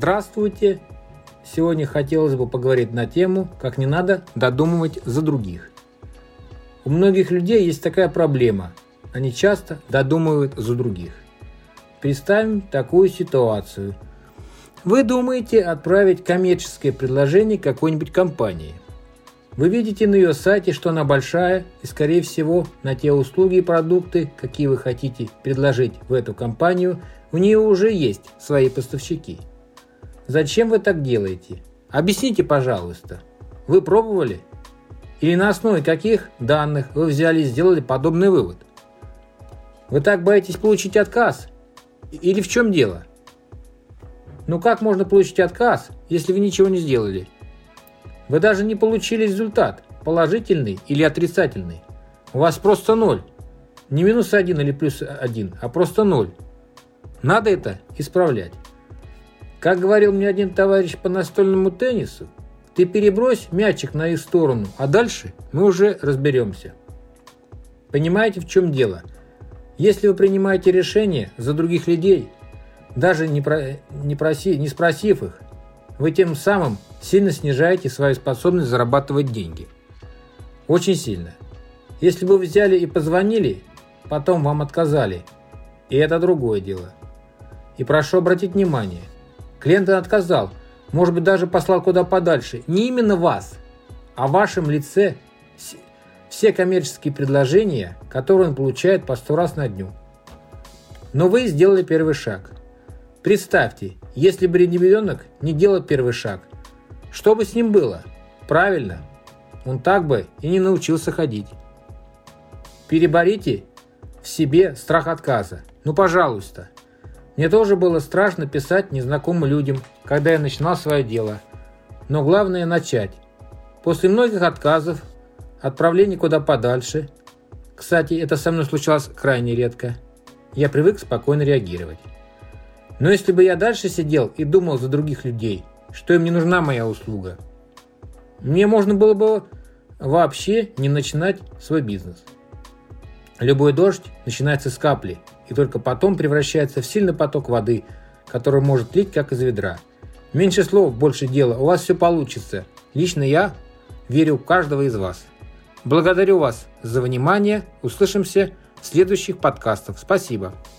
Здравствуйте! Сегодня хотелось бы поговорить на тему, как не надо додумывать за других. У многих людей есть такая проблема. Они часто додумывают за других. Представим такую ситуацию. Вы думаете отправить коммерческое предложение какой-нибудь компании. Вы видите на ее сайте, что она большая, и, скорее всего, на те услуги и продукты, какие вы хотите предложить в эту компанию, у нее уже есть свои поставщики. Зачем вы так делаете? Объясните, пожалуйста. Вы пробовали? Или на основе каких данных вы взяли и сделали подобный вывод? Вы так боитесь получить отказ? Или в чем дело? Ну как можно получить отказ, если вы ничего не сделали? Вы даже не получили результат, положительный или отрицательный. У вас просто 0. Не -1 или +1, а просто 0. Надо это исправлять. Как говорил мне один товарищ по настольному теннису, ты перебрось мячик на их сторону, а дальше мы уже разберемся. Понимаете, в чем дело? Если вы принимаете решение за других людей, даже не спросив их, вы тем самым сильно снижаете свою способность зарабатывать деньги. Очень сильно. Если бы вы взяли и позвонили, потом вам отказали, и это другое дело. И прошу обратить внимание, клиент отказал, может быть, даже послал куда подальше, не именно вас, а в вашем лице все коммерческие предложения, которые он получает по 100 раз на дню. Но вы сделали первый шаг. Представьте, если бы ребенок не делал первый шаг, что бы с ним было? Правильно, он так бы и не научился ходить. Переборите в себе страх отказа. Ну, пожалуйста. Мне тоже было страшно писать незнакомым людям, когда я начинал свое дело. Но главное начать. После многих отказов, отправлений куда подальше, кстати, это со мной случалось крайне редко, я привык спокойно реагировать. Но если бы я дальше сидел и думал за других людей, что им не нужна моя услуга, мне можно было бы вообще не начинать свой бизнес. Любой дождь начинается с капли и только потом превращается в сильный поток воды, который может лить как из ведра. Меньше слов, больше дела, у вас все получится. Лично я верю в каждого из вас. Благодарю вас за внимание, услышимся в следующих подкастах. Спасибо.